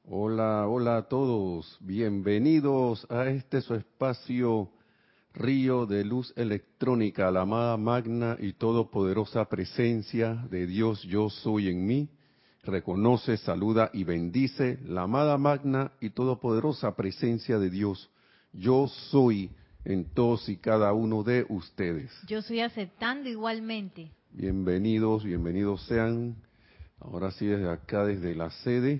Hola, hola a todos. Bienvenidos a este su espacio Río de Luz Electrónica, la amada magna y todopoderosa presencia de Dios Yo Soy en mí. Reconoce, saluda y bendice la amada magna y todopoderosa presencia de Dios Yo Soy en todos y cada uno de ustedes. Yo estoy aceptando igualmente. Bienvenidos, bienvenidos sean. Ahora sí, desde acá, desde la sede.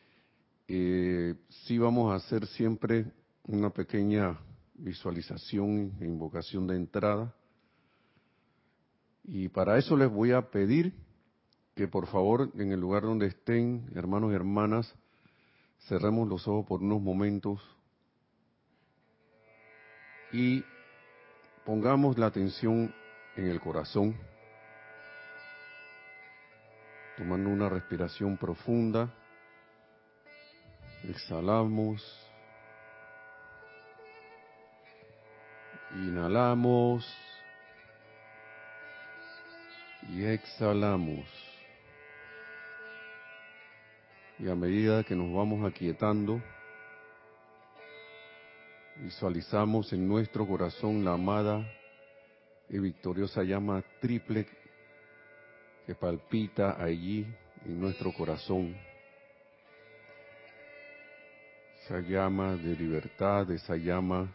Sí vamos a hacer siempre una pequeña visualización e invocación de entrada. Y para eso les voy a pedir que por favor, en el lugar donde estén, hermanos y hermanas, cerremos los ojos por unos momentos y pongamos la atención en el corazón, tomando una respiración profunda. Exhalamos. Inhalamos. Y exhalamos. Y a medida que nos vamos aquietando, visualizamos en nuestro corazón la amada y victoriosa llama triple que palpita allí en nuestro corazón. Esa llama de libertad, esa llama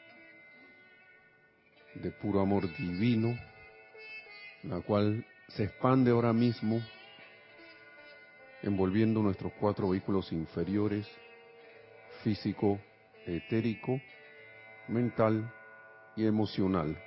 de puro amor divino, la cual se expande ahora mismo, envolviendo nuestros 4 vehículos inferiores, físico, etérico, mental y emocional.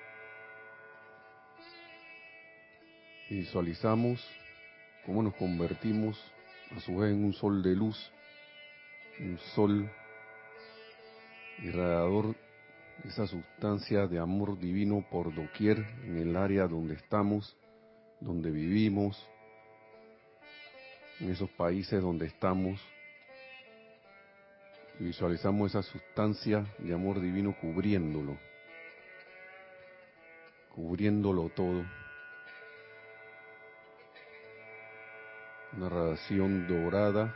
Visualizamos cómo nos convertimos a su vez en un sol de luz, un sol irradiador de esa sustancia de amor divino por doquier en el área donde estamos, donde vivimos, en esos países donde estamos. Y visualizamos esa sustancia de amor divino cubriéndolo todo. Una radiación dorada,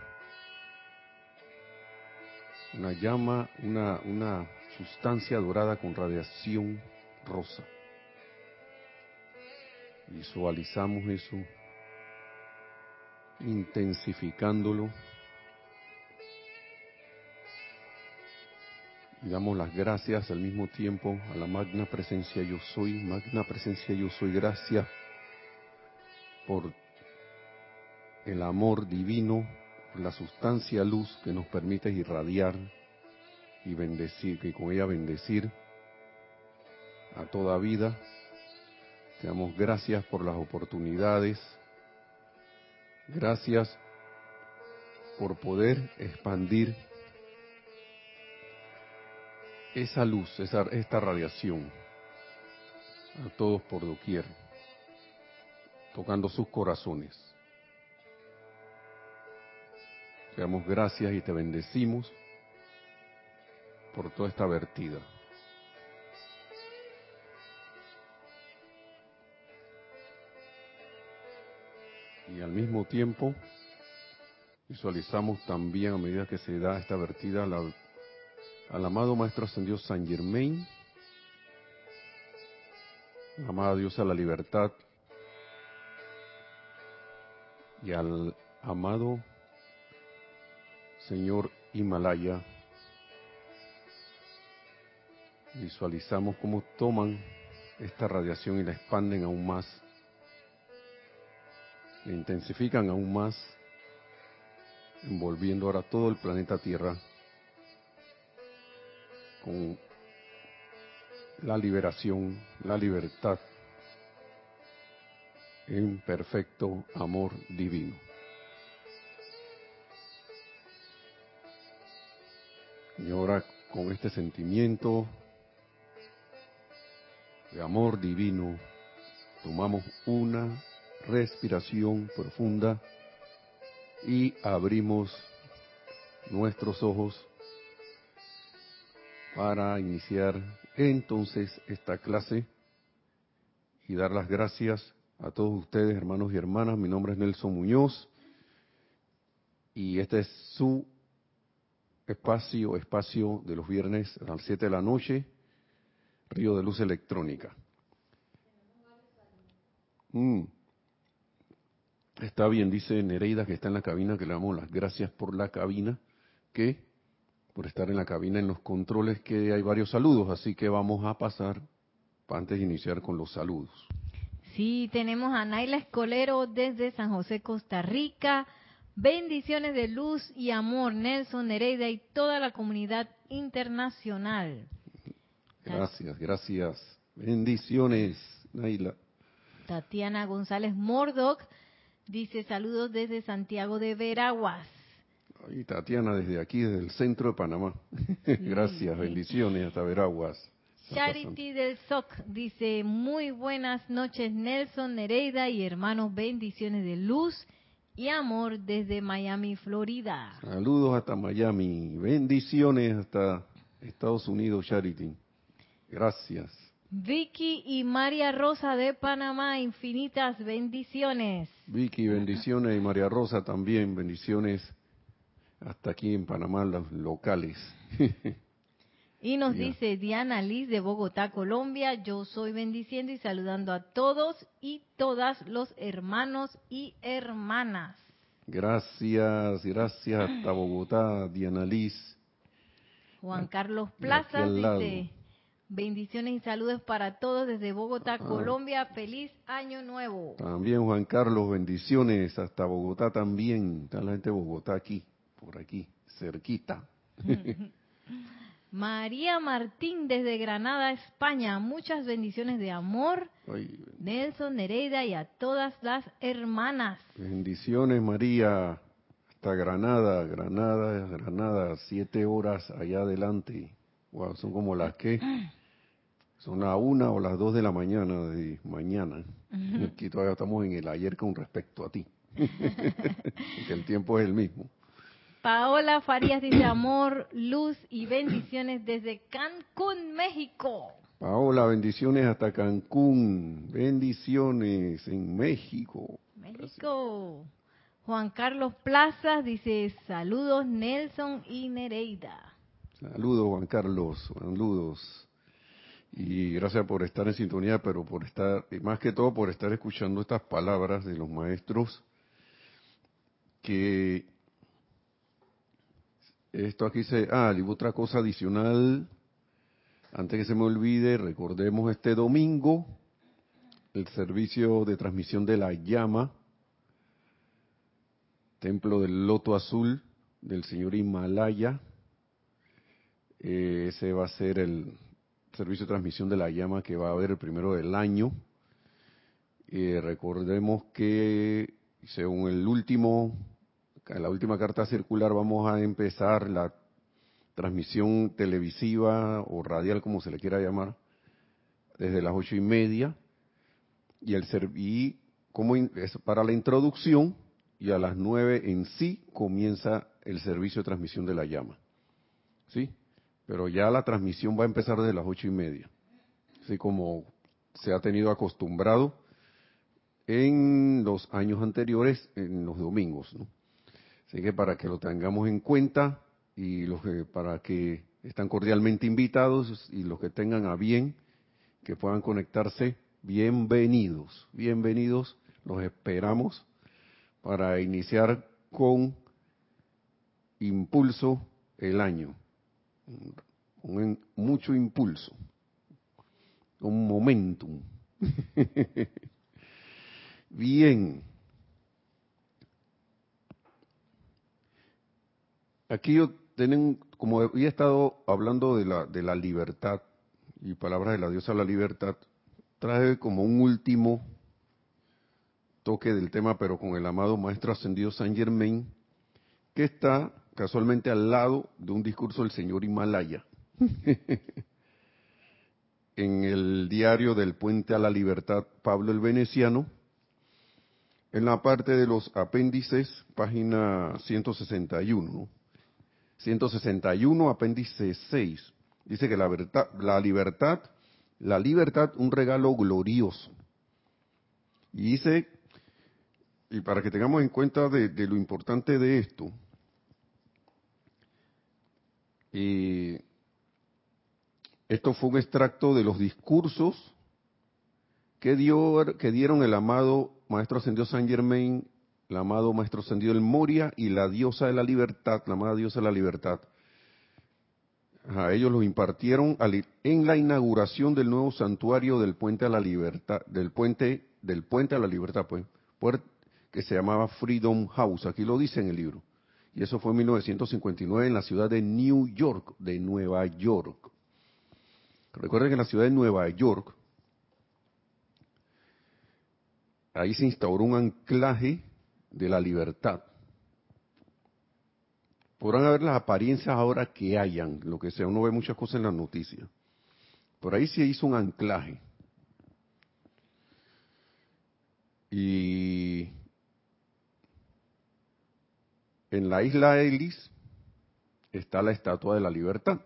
una llama, una sustancia dorada con radiación rosa. Visualizamos eso, intensificándolo, y damos las gracias al mismo tiempo a la magna presencia Yo Soy. Magna presencia Yo Soy, gracias por el amor divino, por la sustancia luz que nos permite irradiar y bendecir, y con ella bendecir a toda vida. Te damos gracias por las oportunidades, gracias por poder expandir esa luz, esta radiación a todos por doquier, tocando sus corazones. Te damos gracias y te bendecimos por toda esta vertida. Y al mismo tiempo visualizamos también, a medida que se da esta vertida, al amado Maestro Ascendido Saint Germain, la amada Diosa de la Libertad, y al amado Señor Himalaya. Visualizamos cómo toman esta radiación y la expanden aún más, la intensifican aún más, envolviendo ahora todo el planeta Tierra con la liberación, la libertad en perfecto amor divino. Y ahora con este sentimiento de amor divino, tomamos una respiración profunda y abrimos nuestros ojos para iniciar entonces esta clase y dar las gracias a todos ustedes, hermanos y hermanas. Mi nombre es Nelson Muñoz y esta es su espacio de los viernes a las 7 de la noche, Río de Luz Electrónica. Está bien, dice Nereida que está en la cabina, que le damos las gracias por la cabina, por estar en la cabina en los controles, que hay varios saludos, así que vamos a pasar antes de iniciar con los saludos. Sí, tenemos a Naila Escolero desde San José, Costa Rica. Bendiciones de luz y amor, Nelson, Nereida y toda la comunidad internacional. Gracias. Bendiciones, Naila. Tatiana González Mordoc dice saludos desde Santiago de Veraguas. Y Tatiana desde aquí, desde el centro de Panamá. Sí. Gracias, bendiciones hasta Veraguas. Charity del SOC dice muy buenas noches Nelson, Nereida y hermanos, bendiciones de luz y amor desde Miami, Florida. Saludos hasta Miami, bendiciones hasta Estados Unidos, Charity. Gracias. Vicky y María Rosa de Panamá, infinitas bendiciones. Vicky, bendiciones, y María Rosa también, bendiciones hasta aquí en Panamá, los locales. Y nos dice Diana Liz de Bogotá, Colombia, yo soy bendiciendo y saludando a todos y todas los hermanos y hermanas. Gracias hasta Bogotá, Diana Liz. Juan Carlos Plaza dice, bendiciones y saludos para todos desde Bogotá, Colombia, feliz año nuevo. También Juan Carlos, bendiciones hasta Bogotá también, está la gente de Bogotá aquí, por aquí, cerquita. María Martín desde Granada, España, muchas bendiciones de amor. Ay, Nelson, Nereida y a todas las hermanas. Bendiciones María, hasta Granada, 7 horas allá adelante. Wow, son como las que, son las 1 o las 2 de la mañana de mañana. Aquí todavía estamos en el ayer con respecto a ti, porque el tiempo es el mismo. Paola Farías dice amor, luz y bendiciones desde Cancún, México. Paola, bendiciones hasta Cancún, bendiciones en México. México. Gracias. Juan Carlos Plazas dice saludos Nelson y Nereida. Saludos Juan Carlos, saludos. Y gracias por estar en sintonía, pero por estar, y más que todo por estar escuchando estas palabras de los maestros, que esto aquí y otra cosa adicional, antes que se me olvide, recordemos este domingo el servicio de transmisión de la llama, Templo del Loto Azul del señor Himalaya. Ese va a ser el servicio de transmisión de la llama que va a haber el primero del año. Recordemos que según la última carta circular, vamos a empezar la transmisión televisiva o radial, como se le quiera llamar, desde las 8:30, y como es para la introducción, y a las 9 en sí comienza el servicio de transmisión de la llama, ¿sí? Pero ya la transmisión va a empezar desde las 8:30, así como se ha tenido acostumbrado en los años anteriores, en los domingos, ¿no? Así que para que lo tengamos en cuenta, y para que están cordialmente invitados, y los que tengan a bien que puedan conectarse, bienvenidos, los esperamos para iniciar con impulso el año, con mucho impulso, un momentum. Bien. Aquí como había estado hablando de la libertad y palabras de la diosa la libertad, traje como un último toque del tema, pero con el amado Maestro Ascendido Saint Germain, que está casualmente al lado de un discurso del señor Himalaya, en el diario del Puente a la Libertad, Pablo el Veneciano, en la parte de los apéndices, página 161, ¿no? 161, apéndice 6, dice que la libertad, un regalo glorioso. Y dice, y para que tengamos en cuenta de lo importante de esto, Y esto fue un extracto de los discursos que dieron el amado Maestro Ascendido Saint Germain, el amado Maestro Ascendido El Moria y la diosa de la libertad, la amada diosa de la libertad. A ellos los impartieron en la inauguración del nuevo santuario del Puente a la Libertad, del puente a la Libertad, pues, que se llamaba Freedom House. Aquí lo dice en el libro. Y eso fue en 1959 en la ciudad de New York, de Nueva York. Recuerden que en la ciudad de Nueva York, ahí se instauró un anclaje de la libertad. Podrán haber las apariencias ahora que hayan, lo que sea, uno ve muchas cosas en las noticias. Por ahí se hizo un anclaje. Y en la isla Ellis está la Estatua de la Libertad.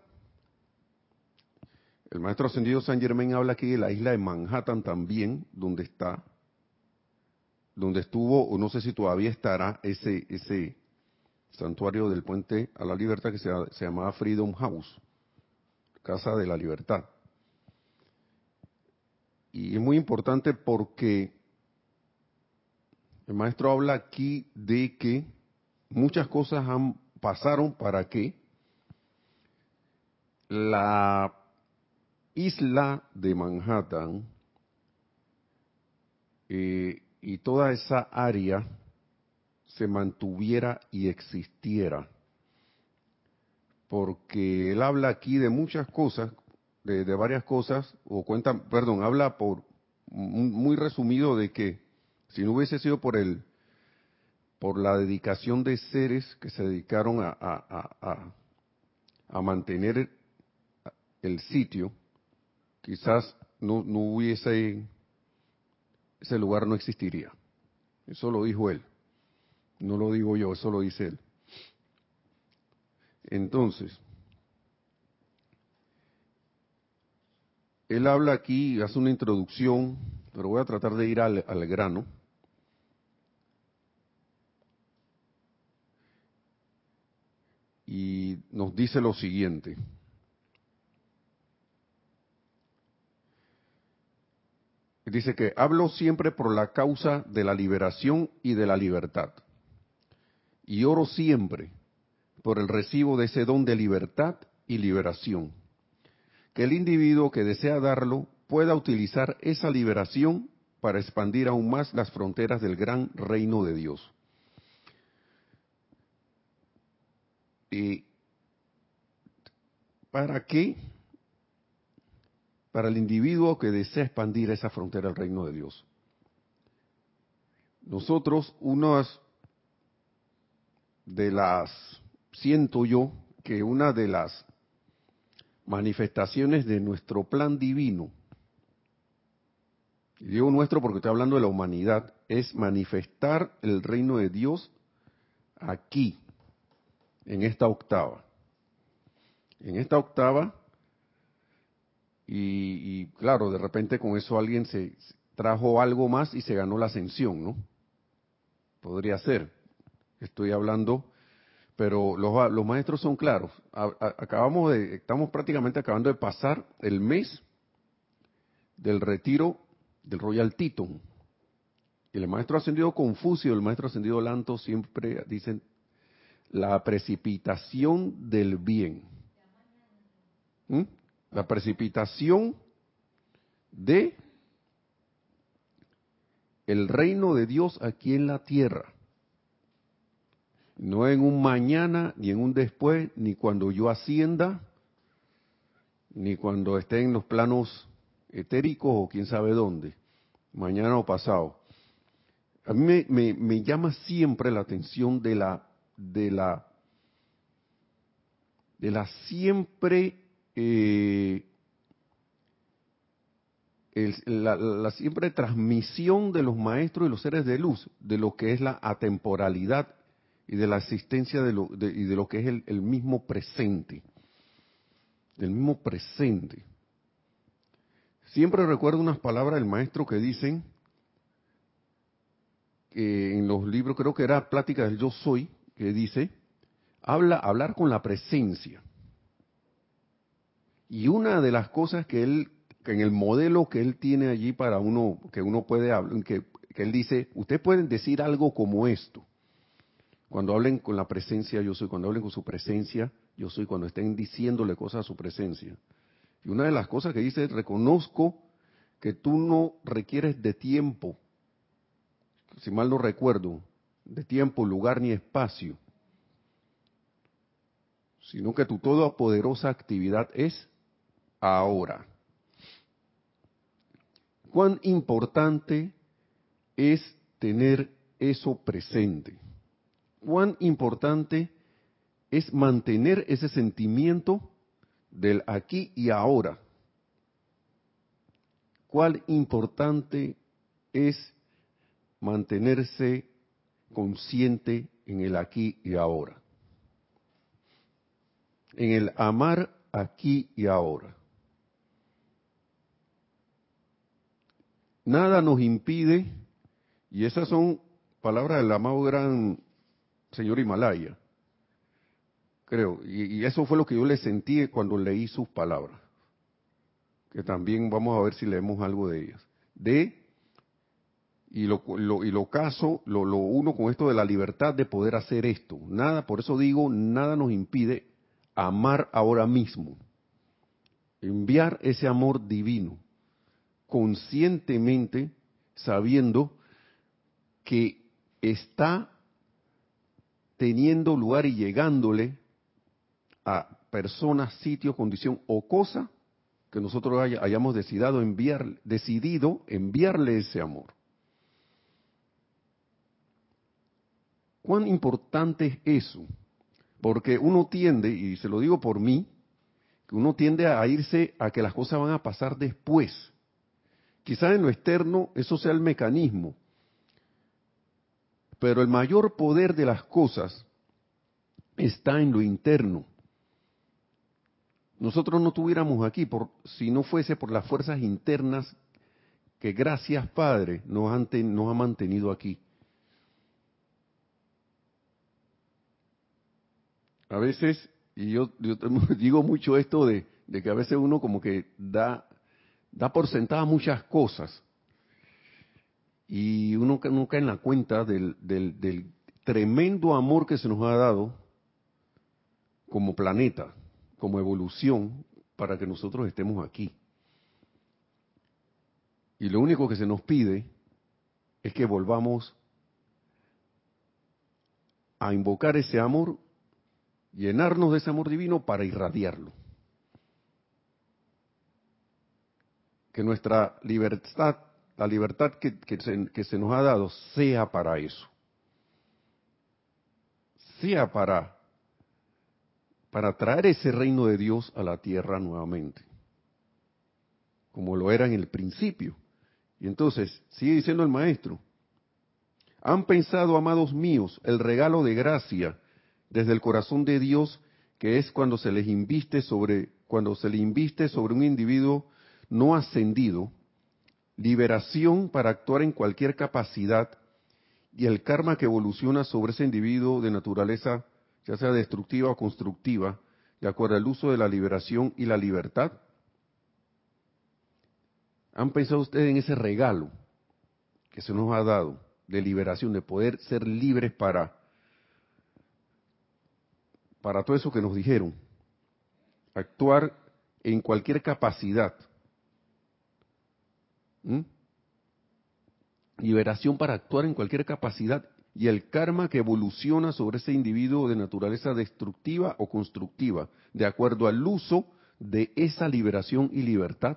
El Maestro Ascendido Saint Germain habla aquí de la isla de Manhattan también, donde estuvo, o no sé si todavía estará, ese santuario del Puente a la Libertad que se llamaba Freedom House, Casa de la Libertad. Y es muy importante porque el maestro habla aquí de que muchas cosas pasaron para que la isla de Manhattan y toda esa área se mantuviera y existiera. Porque él habla aquí de muchas cosas, de varias cosas, habla muy resumido de que si no hubiese sido por la dedicación de seres que se dedicaron a mantener el sitio, quizás no hubiese, ese lugar no existiría. Eso lo dijo él, no lo digo yo, eso lo dice él. Entonces, él habla aquí, hace una introducción, pero voy a tratar de ir al grano. Y nos dice lo siguiente. Dice que hablo siempre por la causa de la liberación y de la libertad. Y oro siempre por el recibo de ese don de libertad y liberación. Que el individuo que desea darlo pueda utilizar esa liberación para expandir aún más las fronteras del gran reino de Dios. ¿Y para qué? Para el individuo que desea expandir esa frontera del reino de Dios. Nosotros, siento yo que una de las manifestaciones de nuestro plan divino, y digo nuestro porque estoy hablando de la humanidad, es manifestar el reino de Dios aquí, en esta octava. En esta octava, y claro, de repente con eso alguien se trajo algo más y se ganó la ascensión, ¿no? Podría ser. Estoy hablando, pero los maestros son claros. Estamos prácticamente acabando de pasar el mes del retiro del Royal Teton. Y el maestro ascendido Confucio y el maestro ascendido Lanto siempre dicen la precipitación del bien. La precipitación de el reino de Dios aquí en la tierra. No en un mañana, ni en un después, ni cuando yo ascienda, ni cuando esté en los planos etéricos o quién sabe dónde, mañana o pasado. A mí me llama siempre la atención de la siempre la siempre transmisión de los maestros y los seres de luz de lo que es la atemporalidad y de la existencia y de lo que es el mismo presente, del mismo presente. Siempre recuerdo unas palabras del maestro que dicen en los libros, creo que era Plática del Yo Soy, que dice, hablar con la presencia. Y una de las cosas que en el modelo que él tiene allí para uno, que uno puede hablar, que él dice, ustedes pueden decir algo como esto. Cuando hablen con la presencia yo soy, cuando hablen con su presencia yo soy, cuando estén diciéndole cosas a su presencia. Y una de las cosas que dice, reconozco que tú no requieres de tiempo, si mal no recuerdo, de tiempo, lugar ni espacio, sino que tu todopoderosa actividad es ahora. ¿Cuán importante es tener eso presente? ¿Cuán importante es mantener ese sentimiento del aquí y ahora? ¿Cuán importante es mantenerse consciente en el aquí y ahora? En el amar aquí y ahora. Nada nos impide, y esas son palabras del amado gran señor Himalaya, creo, y eso fue lo que yo le sentí cuando leí sus palabras, que también vamos a ver si leemos algo de ellas. Y lo caso, lo uno con esto de la libertad de poder hacer esto. Nada, por eso digo, nada nos impide amar ahora mismo, enviar ese amor divino, conscientemente sabiendo que está teniendo lugar y llegándole a personas, sitio, condición o cosa que nosotros hayamos decidido enviarle ese amor. ¿Cuán importante es eso? Porque uno tiende, y se lo digo por mí, que uno tiende a irse a que las cosas van a pasar después. Quizás en lo externo eso sea el mecanismo, pero el mayor poder de las cosas está en lo interno. Nosotros no estuviéramos aquí si no fuese por las fuerzas internas que, gracias Padre, nos ha mantenido aquí. A veces, y yo digo mucho esto de que a veces uno como que da por sentada muchas cosas y uno no cae en la cuenta del tremendo amor que se nos ha dado como planeta, como evolución, para que nosotros estemos aquí. Y lo único que se nos pide es que volvamos a invocar ese amor, llenarnos de ese amor divino para irradiarlo. Que nuestra libertad, la libertad que se nos ha dado, sea para eso. Sea para traer ese reino de Dios a la tierra nuevamente, como lo era en el principio. Y entonces, sigue diciendo el maestro, han pensado, amados míos, el regalo de gracia desde el corazón de Dios, que es cuando se le inviste sobre un individuo no ascendido, liberación para actuar en cualquier capacidad, y el karma que evoluciona sobre ese individuo de naturaleza, ya sea destructiva o constructiva, de acuerdo al uso de la liberación y la libertad. ¿Han pensado ustedes en ese regalo que se nos ha dado de liberación, de poder ser libres para todo eso que nos dijeron? Actuar en cualquier capacidad. Liberación para actuar en cualquier capacidad y el karma que evoluciona sobre ese individuo de naturaleza destructiva o constructiva, de acuerdo al uso de esa liberación y libertad.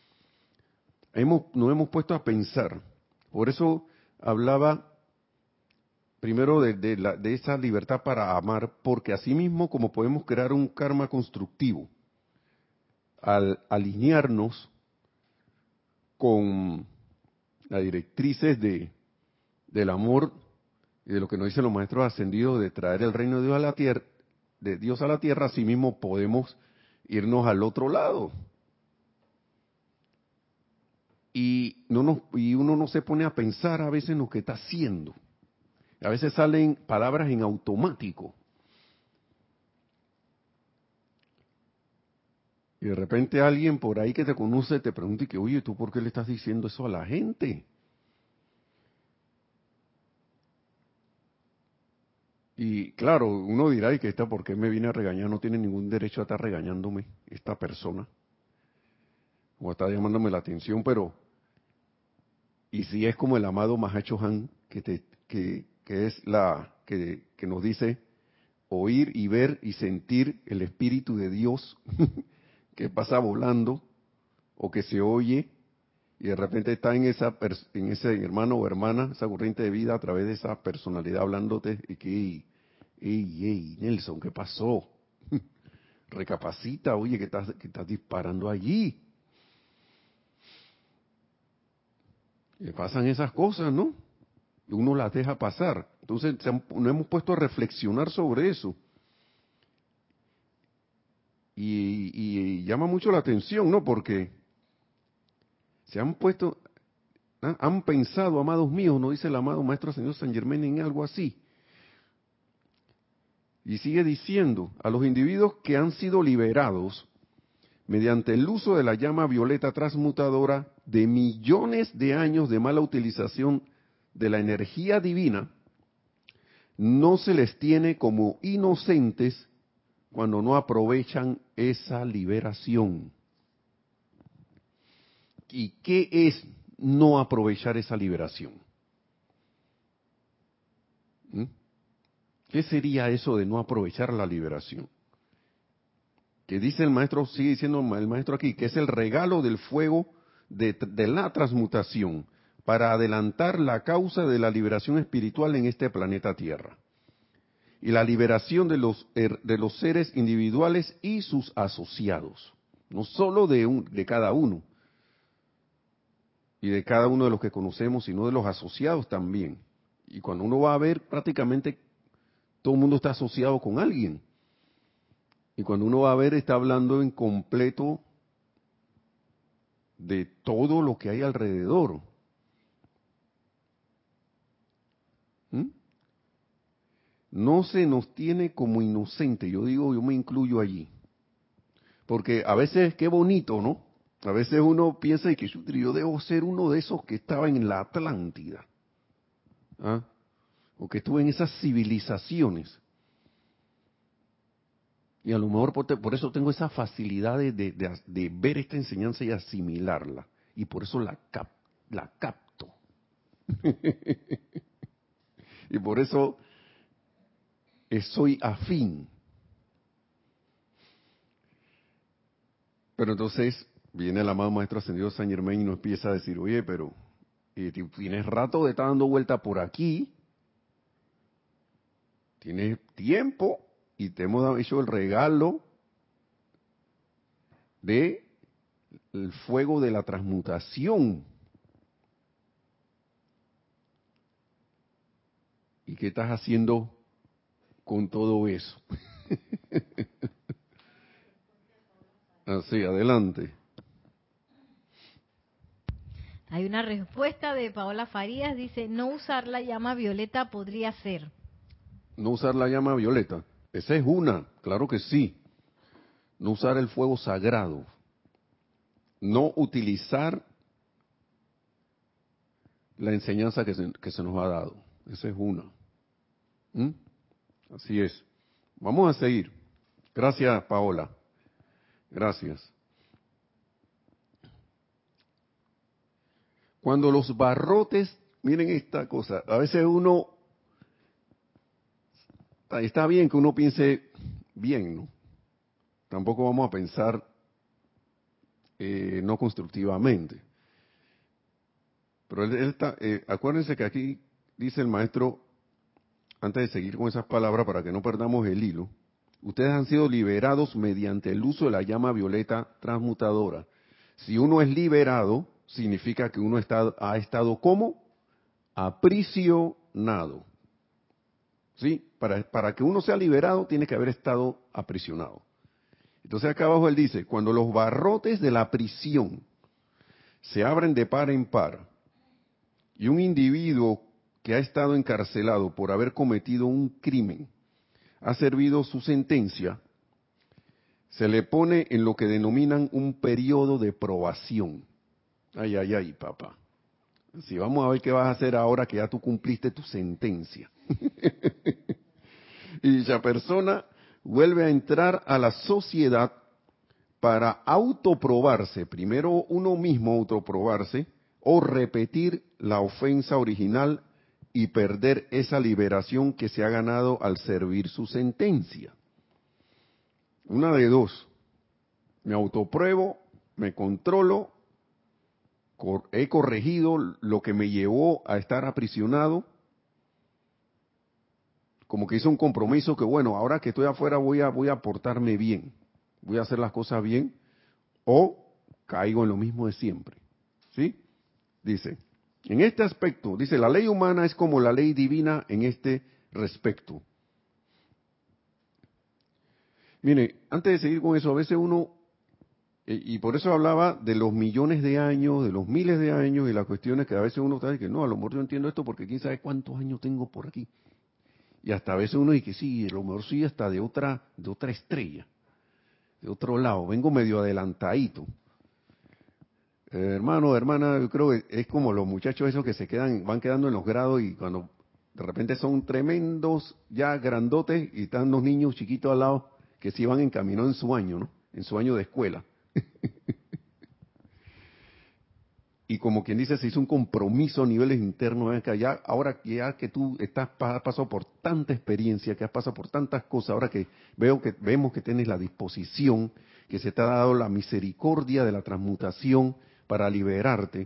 Nos hemos puesto a pensar. Por eso hablaba primero de esa libertad para amar, porque asimismo como podemos crear un karma constructivo al alinearnos con las directrices del amor y de lo que nos dicen los maestros ascendidos de traer el reino de Dios a la tierra, asimismo podemos irnos al otro lado. Y uno no se pone a pensar a veces en lo que está haciendo. A veces salen palabras en automático. Y de repente alguien por ahí que te conoce te pregunta y que, oye, ¿tú por qué le estás diciendo eso a la gente? Y claro, uno dirá, y que esta, ¿por qué me viene a regañar? No tiene ningún derecho a estar regañándome esta persona. O está llamándome la atención, pero, y si es como el amado Mahacho Han, que es que nos dice oír y ver y sentir el Espíritu de Dios que pasa volando, o que se oye, y de repente está en ese hermano o hermana, esa corriente de vida a través de esa personalidad hablándote, y que, ey, Nelson, ¿qué pasó? Recapacita, oye, que estás disparando allí. Le pasan esas cosas, ¿no? Y uno las deja pasar. Entonces nos hemos puesto a reflexionar sobre eso. Y llama mucho la atención, ¿no? Porque se han puesto, han pensado, amados míos, no dice el amado Maestro Señor San Germain en algo así. Y sigue diciendo, a los individuos que han sido liberados mediante el uso de la llama violeta transmutadora de millones de años de mala utilización de la energía divina, no se les tiene como inocentes cuando no aprovechan esa liberación. ¿Y qué es no aprovechar esa liberación? ¿Mm? ¿Qué sería eso de no aprovechar la liberación? Que dice el maestro, sigue diciendo el maestro aquí, que es el regalo del fuego de la transmutación para adelantar la causa de la liberación espiritual en este planeta Tierra. Y la liberación de los seres individuales y sus asociados. No solo de cada uno, y de cada uno de los que conocemos, sino de los asociados también. Y cuando uno va a ver, prácticamente todo el mundo está asociado con alguien. Y cuando uno va a ver, está hablando en completo de todo lo que hay alrededor. ¿Mm? No se nos tiene como inocente, yo digo, yo me incluyo allí. Porque a veces, qué bonito, ¿no? A veces uno piensa y que yo debo ser uno de esos que estaba en la Atlántida. ¿Ah? O que estuve en esas civilizaciones. Y a lo mejor por eso tengo esa facilidad de ver esta enseñanza y asimilarla. Y por eso la capto. Y por eso soy afín. Pero entonces viene el amado Maestro Ascendido San Germain y nos empieza a decir, oye, pero tienes rato de estar dando vuelta por aquí, tienes tiempo y te hemos hecho el regalo de el fuego de la transmutación. ¿Y qué estás haciendo con todo eso? Así, adelante. Hay una respuesta de Paola Farías, dice, no usar la llama violeta podría ser. No usar la llama violeta. Esa es una, claro que sí. No usar el fuego sagrado. No utilizar la enseñanza que se nos ha dado. Esa es una. ¿Mm? Así es. Vamos a seguir. Gracias, Paola. Gracias. Cuando los barrotes, miren esta cosa, a veces uno, está bien que uno piense bien, ¿no? Tampoco vamos a pensar no constructivamente. Pero él está, acuérdense que aquí dice el maestro, antes de seguir con esas palabras para que no perdamos el hilo, ustedes han sido liberados mediante el uso de la llama violeta transmutadora. Si uno es liberado, significa que uno ha estado como aprisionado. ¿Sí? Para que uno sea liberado, tiene que haber estado aprisionado. Entonces acá abajo él dice, cuando los barrotes de la prisión se abren de par en par y un individuo que ha estado encarcelado por haber cometido un crimen ha servido su sentencia, se le pone en lo que denominan un periodo de probación. Ay, ay, ay, papá. Si vamos a ver qué vas a hacer ahora que ya tú cumpliste tu sentencia. Y dicha persona vuelve a entrar a la sociedad para autoprobarse, primero uno mismo autoprobarse, o repetir la ofensa original y perder esa liberación que se ha ganado al servir su sentencia. Una de dos, me autopruebo, me controlo, he corregido lo que me llevó a estar aprisionado, como que hice un compromiso que bueno, ahora que estoy afuera voy a portarme bien, voy a hacer las cosas bien, o caigo en lo mismo de siempre. ¿Sí? Dice, en este aspecto, dice, la ley humana es como la ley divina en este respecto. Mire, antes de seguir con eso, a veces uno, y por eso hablaba de los millones de años, de los miles de años, y las cuestiones que a veces uno está de que no, a lo mejor yo entiendo esto porque quién sabe cuántos años tengo por aquí. Y hasta a veces uno dice que sí, a lo mejor sí hasta de otra estrella, de otro lado, vengo medio adelantadito. Hermano, hermana, yo creo que es como los muchachos esos que van quedando en los grados y cuando de repente son tremendos, ya grandotes, y están los niños chiquitos al lado que sí van en camino en su año, ¿no? En su año de escuela. Y como quien dice, se hizo un compromiso a niveles internos, que ya, ahora ya que tú has pasado por tanta experiencia, que has pasado por tantas cosas, ahora que vemos que tienes la disposición, que se te ha dado la misericordia de la transmutación para liberarte,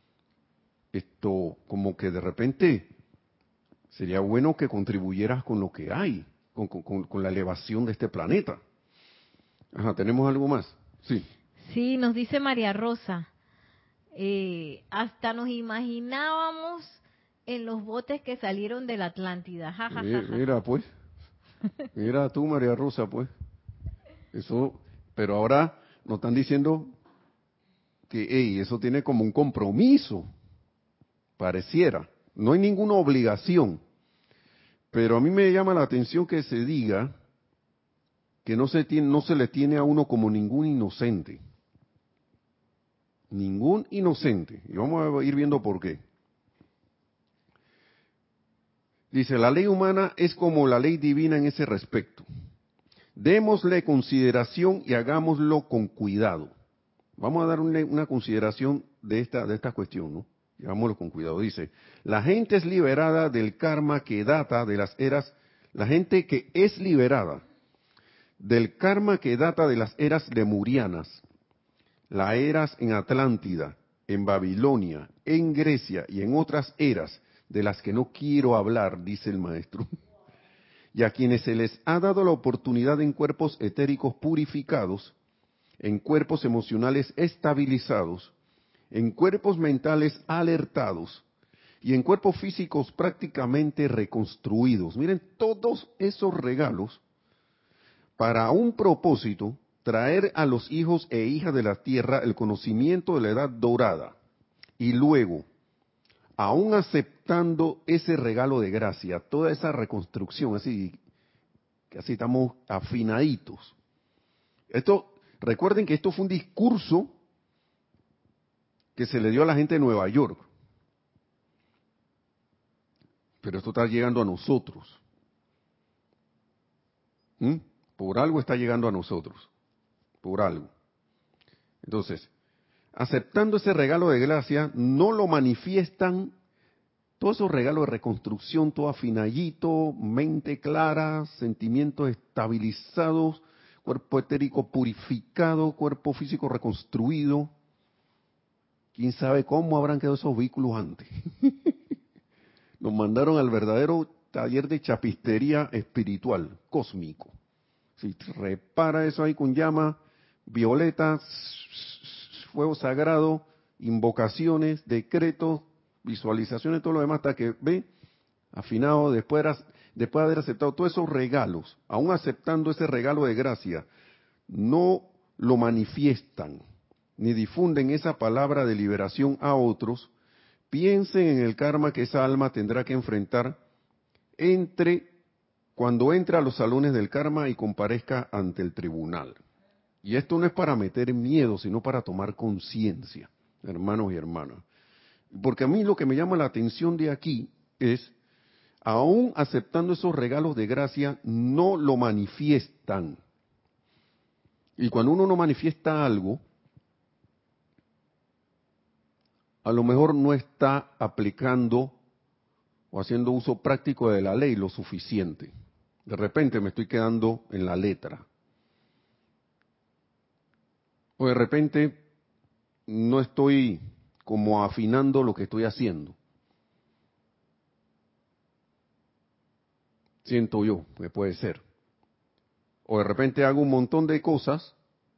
esto como que de repente sería bueno que contribuyeras con lo que hay, con la elevación de este planeta. Ajá, ¿tenemos algo más? Sí. Sí, nos dice María Rosa. Hasta nos imaginábamos en los botes que salieron de la Atlántida. Ja, ja, ja, ja, Mira, ja. pues, mira tú, María Rosa, pues, eso, pero ahora nos están diciendo que, hey, eso tiene como un compromiso, pareciera. No hay ninguna obligación, pero a mí me llama la atención que se diga que no se le tiene a uno como ningún inocente. Ningún inocente. Y vamos a ir viendo por qué. Dice, la ley humana es como la ley divina en ese respecto. Démosle consideración y hagámoslo con cuidado. Vamos a dar una consideración de esta cuestión, ¿no? Y hagámoslo con cuidado. Dice, la gente es liberada del karma que data de las eras, la gente que es liberada del karma que data de las eras lemurianas, las eras en Atlántida, en Babilonia, en Grecia y en otras eras de las que no quiero hablar, dice el maestro, y a quienes se les ha dado la oportunidad en cuerpos etéricos purificados, en cuerpos emocionales estabilizados, en cuerpos mentales alertados y en cuerpos físicos prácticamente reconstruidos. Miren, todos esos regalos para un propósito, traer a los hijos e hijas de la tierra el conocimiento de la edad dorada. Y luego, aún aceptando ese regalo de gracia, toda esa reconstrucción, así estamos afinaditos. Recuerden que esto fue un discurso que se le dio a la gente de Nueva York. Pero esto está llegando a nosotros. Por algo está llegando a nosotros. Por algo. Entonces, aceptando ese regalo de gracia, no lo manifiestan todos esos regalos de reconstrucción, todo afinadito, mente clara, sentimientos estabilizados, cuerpo etérico purificado, cuerpo físico reconstruido. ¿Quién sabe cómo habrán quedado esos vehículos antes? Nos mandaron al verdadero taller de chapistería espiritual, cósmico. Si repara eso ahí con llama, violeta, fuego sagrado, invocaciones, decretos, visualizaciones, todo lo demás, hasta que ve, afinado, después de haber aceptado todos esos regalos, aún aceptando ese regalo de gracia, no lo manifiestan, ni difunden esa palabra de liberación a otros, piensen en el karma que esa alma tendrá que enfrentar cuando entre a los salones del karma y comparezca ante el tribunal. Y esto no es para meter miedo, sino para tomar conciencia, hermanos y hermanas. Porque a mí lo que me llama la atención de aquí es, aún aceptando esos regalos de gracia, no lo manifiestan. Y cuando uno no manifiesta algo, a lo mejor no está aplicando o haciendo uso práctico de la ley lo suficiente. De repente me estoy quedando en la letra. O de repente no estoy como afinando lo que estoy haciendo. Siento yo, que puede ser. O de repente hago un montón de cosas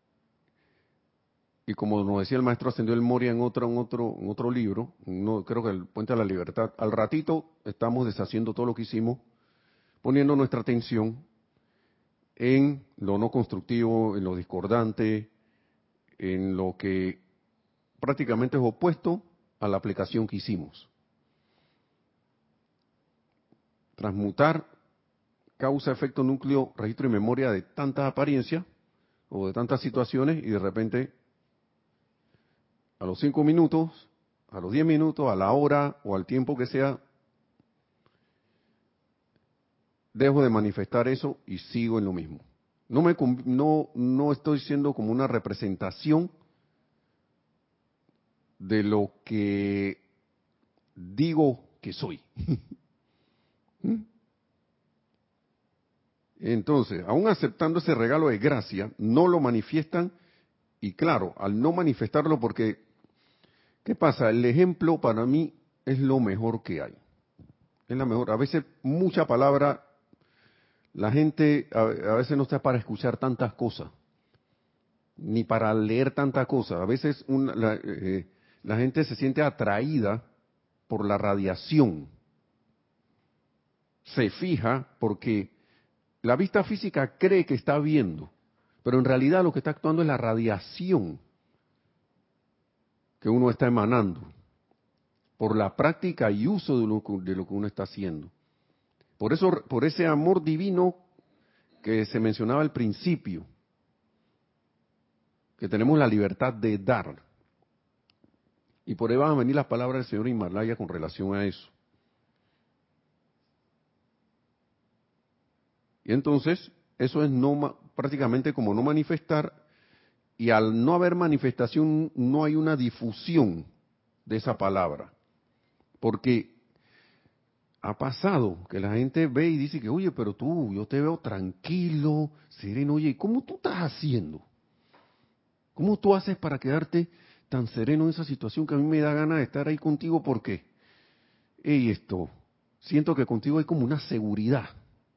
y como nos decía el maestro Ascendió el Moria en otro libro, no, creo que el Puente a la Libertad, al ratito estamos deshaciendo todo lo que hicimos, poniendo nuestra atención en lo no constructivo, en lo discordante, en lo que prácticamente es opuesto a la aplicación que hicimos. Transmutar causa, efecto, núcleo, registro y memoria de tantas apariencias o de tantas situaciones y de repente a los 5 minutos, a los 10 minutos, a la hora o al tiempo que sea, dejo de manifestar eso y sigo en lo mismo. No estoy siendo como una representación de lo que digo que soy. ¿Mm? Entonces, aún aceptando ese regalo de gracia, no lo manifiestan y claro, al no manifestarlo porque, ¿qué pasa? El ejemplo para mí es lo mejor que hay. Es la mejor. A veces mucha palabra, la gente a veces no está para escuchar tantas cosas, ni para leer tantas cosas. A veces la gente se siente atraída por la radiación. Se fija porque la vista física cree que está viendo, pero en realidad lo que está actuando es la radiación que uno está emanando por la práctica y uso de lo que uno está haciendo. Por eso, por ese amor divino que se mencionaba al principio, que tenemos la libertad de dar. Y por ahí van a venir las palabras del señor Himalaya con relación a eso. Y entonces, eso es prácticamente como no manifestar, y al no haber manifestación, no hay una difusión de esa palabra. Porque ha pasado que la gente ve y dice que, oye, pero tú, yo te veo tranquilo, sereno, oye, ¿cómo tú estás haciendo? ¿Cómo tú haces para quedarte tan sereno en esa situación que a mí me da ganas de estar ahí contigo? Porque, siento que contigo hay como una seguridad.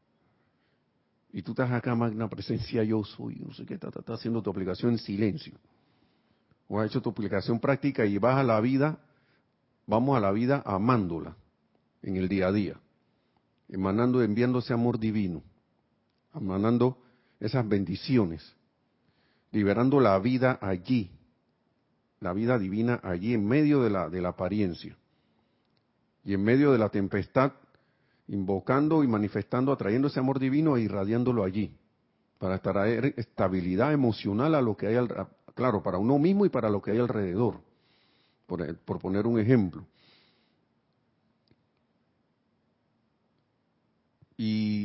Y tú estás acá, magna presencia, yo soy, no sé qué, estás haciendo tu aplicación en silencio. O has hecho tu aplicación práctica y vas a la vida, vamos a la vida amándola en el día a día, emanando, enviando ese amor divino, emanando esas bendiciones, liberando la vida allí, la vida divina allí en medio de la apariencia y en medio de la tempestad, invocando y manifestando, atrayendo ese amor divino e irradiándolo allí, para traer estabilidad emocional a lo que hay, claro, para uno mismo y para lo que hay alrededor, por poner un ejemplo. Y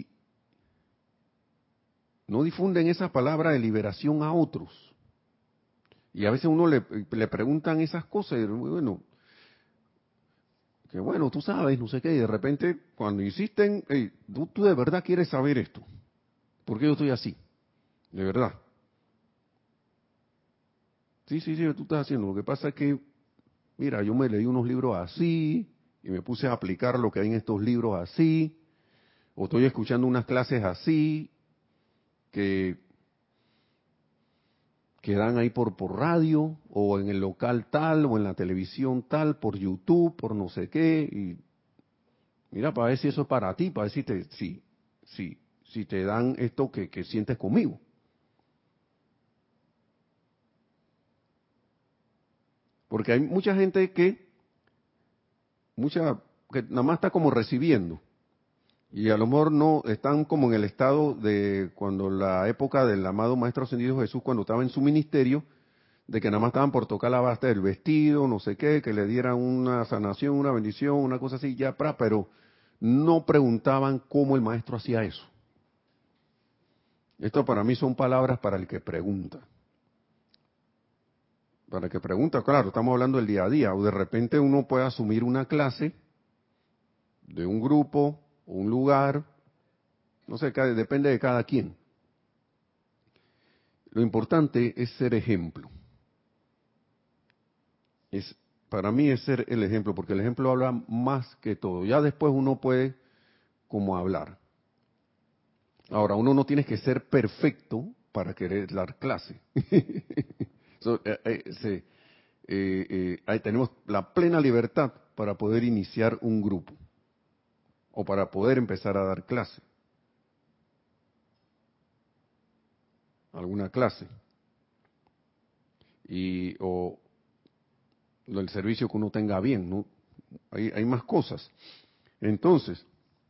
no difunden esa palabra de liberación a otros. Y a veces uno le preguntan esas cosas y bueno, que bueno, tú sabes, no sé qué, y de repente cuando insisten, hey, tú de verdad quieres saber esto, ¿por qué yo estoy así? De verdad. Sí, tú estás haciendo. Lo que pasa es que, mira, yo me leí unos libros así y me puse a aplicar lo que hay en estos libros así, o estoy escuchando unas clases así que dan ahí por radio, o en el local tal, o en la televisión tal, por YouTube, por no sé qué, y mira, para ver si eso es para ti, para ver si te dan esto que sientes conmigo. Porque hay mucha gente que nada más está como recibiendo, Y a lo mejor no están como en el estado de cuando la época del amado Maestro Ascendido Jesús, cuando estaba en su ministerio, de que nada más estaban por tocar la basta del vestido, no sé qué, que le dieran una sanación, una bendición, una cosa así, ya, pero no preguntaban cómo el maestro hacía eso. Esto para mí son palabras para el que pregunta. Para el que pregunta, claro, estamos hablando del día a día, o de repente uno puede asumir una clase de un grupo o un lugar, no sé, depende de cada quien. Lo importante es ser ejemplo. Para mí es ser el ejemplo, porque el ejemplo habla más que todo. Ya después uno puede como hablar. Ahora, uno no tiene que ser perfecto para querer dar clase. Ahí tenemos la plena libertad para poder iniciar un grupo o para poder empezar a dar clase. Alguna clase. O el servicio que uno tenga bien, ¿no? Hay más cosas. Entonces,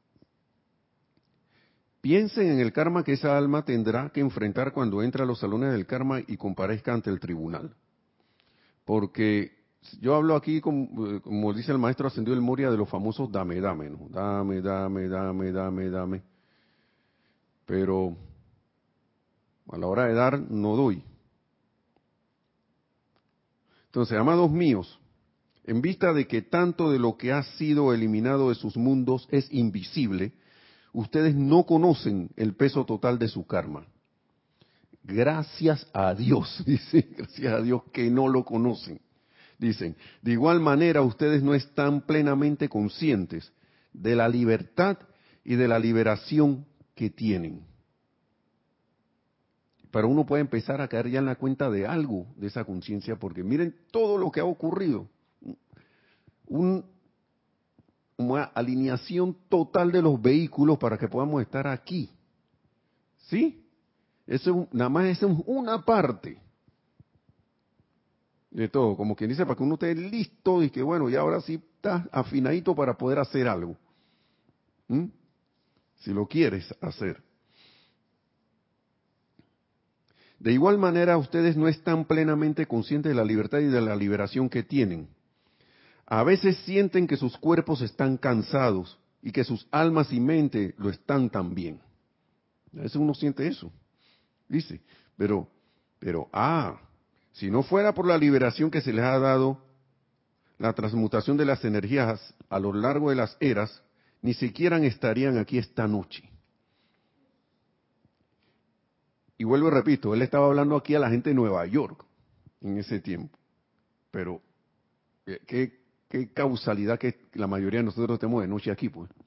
piensen en el karma que esa alma tendrá que enfrentar cuando entre a los salones del karma y comparezca ante el tribunal. Porque yo hablo aquí, como dice el maestro Ascendido del Moria, de los famosos dame, dame, ¿no? Dame, dame, dame, dame, dame. Pero a la hora de dar, no doy. Entonces, amados míos, en vista de que tanto de lo que ha sido eliminado de sus mundos es invisible, ustedes no conocen el peso total de su karma. Gracias a Dios, dice, gracias a Dios que no lo conocen. Dicen, de igual manera ustedes no están plenamente conscientes de la libertad y de la liberación que tienen. Pero uno puede empezar a caer ya en la cuenta de algo de esa conciencia, porque miren todo lo que ha ocurrido. Una alineación total de los vehículos para que podamos estar aquí. ¿Sí? Nada más esa es una parte de todo, como quien dice, para que uno esté listo y que bueno, ya ahora sí está afinadito para poder hacer algo. Si lo quieres hacer. De igual manera, ustedes no están plenamente conscientes de la libertad y de la liberación que tienen. A veces sienten que sus cuerpos están cansados y que sus almas y mente lo están también. A veces uno siente eso. Dice, pero, si no fuera por la liberación que se les ha dado, la transmutación de las energías a lo largo de las eras, ni siquiera estarían aquí esta noche. Y vuelvo y repito, él estaba hablando aquí a la gente de Nueva York en ese tiempo. Pero, qué causalidad que la mayoría de nosotros estemos de noche aquí, pues.